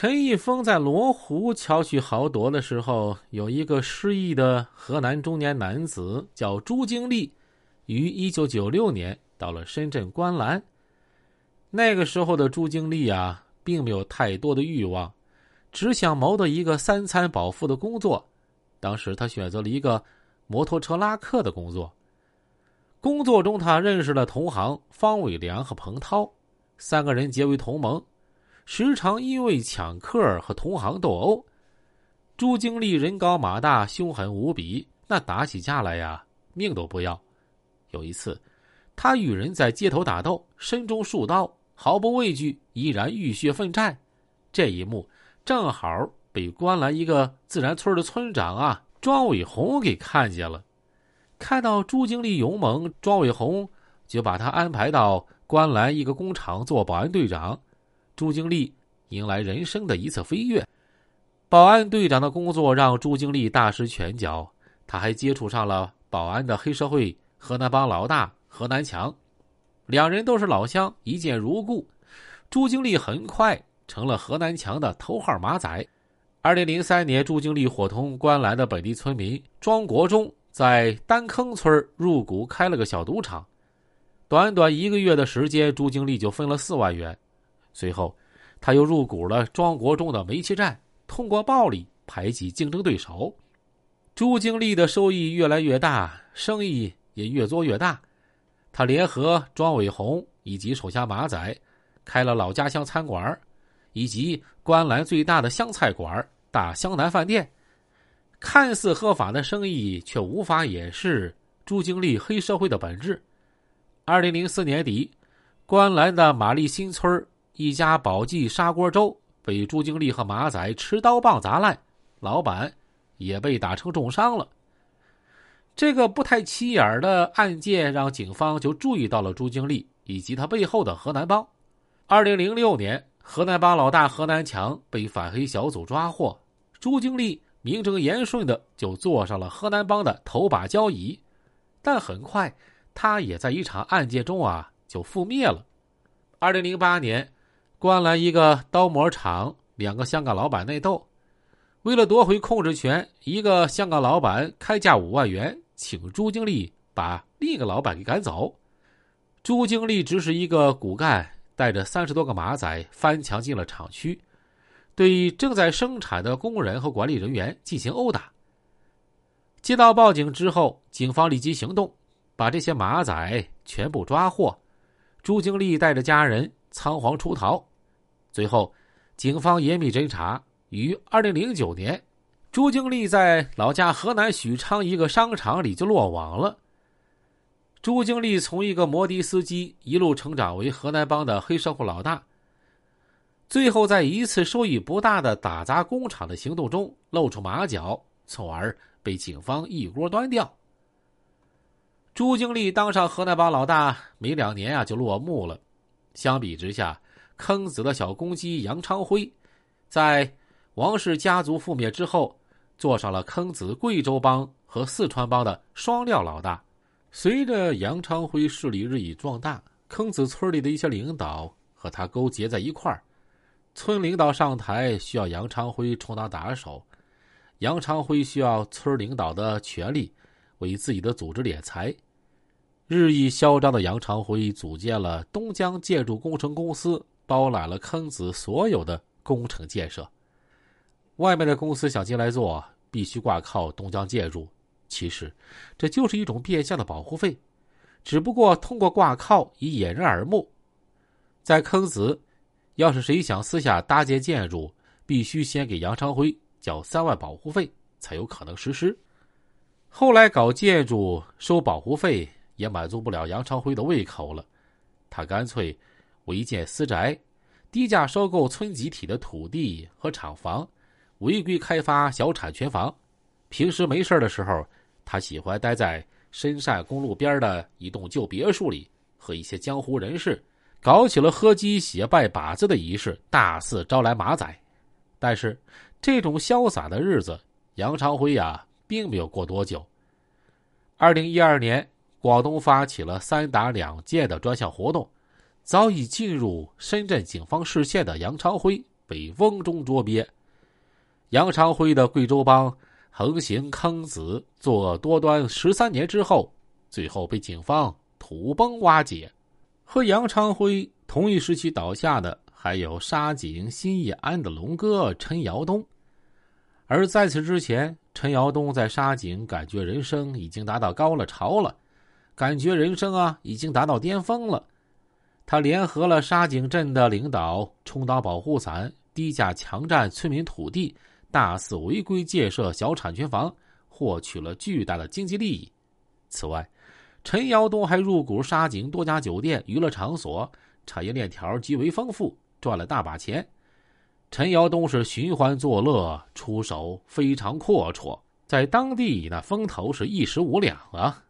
陈逸峰在罗湖巧取豪夺的时候，有一个失意的河南中年男子叫朱经历，于1996年到了深圳观澜。那个时候的朱经历啊，并没有太多的欲望，只想谋得一个三餐饱腹的工作。当时他选择了一个摩托车拉客的工作。工作中他认识了同行方伟良和彭涛，三个人结为同盟，时常因为抢客和同行斗殴。朱经历人高马大，凶狠无比，那打起架来呀，命都不要。有一次，他与人在街头打斗，身中数刀，毫不畏惧，依然浴血奋战。这一幕正好被观澜一个自然村的村长庄伟红给看见了。看到朱经历勇猛，庄伟红就把他安排到观澜一个工厂做保安队长。朱经历迎来人生的一次飞跃。保安队长的工作让朱经历大施拳脚，他还接触上了保安的黑社会河南帮老大河南强，两人都是老乡，一见如故。朱经历很快成了河南强的头号马仔。2003年，朱经历伙同观澜的本地村民庄国忠在丹坑村入股开了个小赌场。短短1个月的时间，朱经历就分了4万元。随后他又入股了庄国忠的煤气站，通过暴力排挤竞争对手。朱经历的收益越来越大，生意也越做越大。他联合庄伟红以及手下马仔，开了老家乡餐馆，以及观澜最大的湘菜馆大湘南饭店。看似合法的生意，却无法掩饰朱经历黑社会的本质。2004年底，观澜的马丽新村一家宝记砂锅粥被朱经历和马仔持刀棒砸烂，老板也被打成重伤了。这个不太起眼的案件让警方就注意到了朱经历以及他背后的河南帮。2006年，河南帮老大河南强被反黑小组抓获，朱经历名正言顺的就坐上了河南帮的头把交椅。但很快他也在一场案件中就覆灭了。2008年，观澜一个刀模厂2个香港老板内斗，为了夺回控制权，一个香港老板开价5万元请朱经历把另一个老板给赶走。朱经历只是一个骨干，带着30多个马仔翻墙进了厂区，对正在生产的工人和管理人员进行殴打。接到报警之后，警方立即行动，把这些马仔全部抓获。朱经历带着家人仓皇出逃。最后警方严密侦查，于2009年，朱经历在老家河南许昌一个商场里就落网了。朱经历从一个摩的司机一路成长为河南帮的黑社会老大，最后在一次收益不大的打砸工厂的行动中露出马脚，从而被警方一锅端掉。朱经历当上河南帮老大没2年就落幕了。相比之下，坑子的小公鸡杨昌辉在王氏家族覆灭之后，做上了坑子贵州帮和四川帮的双料老大。随着杨昌辉势力日益壮大，坑子村里的一些领导和他勾结在一块儿。村领导上台需要杨昌辉充当打手，杨昌辉需要村领导的权力为自己的组织敛财。日益嚣张的杨昌辉组建了东江建筑工程公司，包揽了坑子所有的工程建设。外面的公司想进来做，必须挂靠东江建筑，其实这就是一种变相的保护费，只不过通过挂靠以掩人耳目。在坑子，要是谁想私下搭建建筑，必须先给杨昌辉缴3万保护费，才有可能实施。后来搞建筑收保护费也满足不了杨昌辉的胃口了，他干脆违建私宅，低价收购村集体的土地和厂房，违规开发小产权房。平时没事的时候，他喜欢待在深汕公路边的一栋旧别墅里，和一些江湖人士搞起了喝鸡血拜把子的仪式，大肆招来马仔。但是这种潇洒的日子，杨昌辉并没有过多久。2012年，广东发起了3打2建的专项活动，早已进入深圳警方视线的杨昌辉被被瓮中捉鳖。杨长辉的贵州帮横行坑子，作恶多端13年之后，最后被警方土崩瓦解。和杨长辉同一时期倒下的还有沙井新义安的龙哥陈尧东。而在此之前，陈尧东在沙井感觉人生已经达到高了潮了，感觉人生已经达到巅峰了。他联合了沙井镇的领导，充当保护伞，低价强占村民土地，大肆违规建设小产权房，获取了巨大的经济利益。此外，陈尧东还入股沙井多家酒店、娱乐场所，产业链条极为丰富，赚了大把钱。陈尧东是寻欢作乐，出手非常阔绰，在当地那风头是一时无两啊。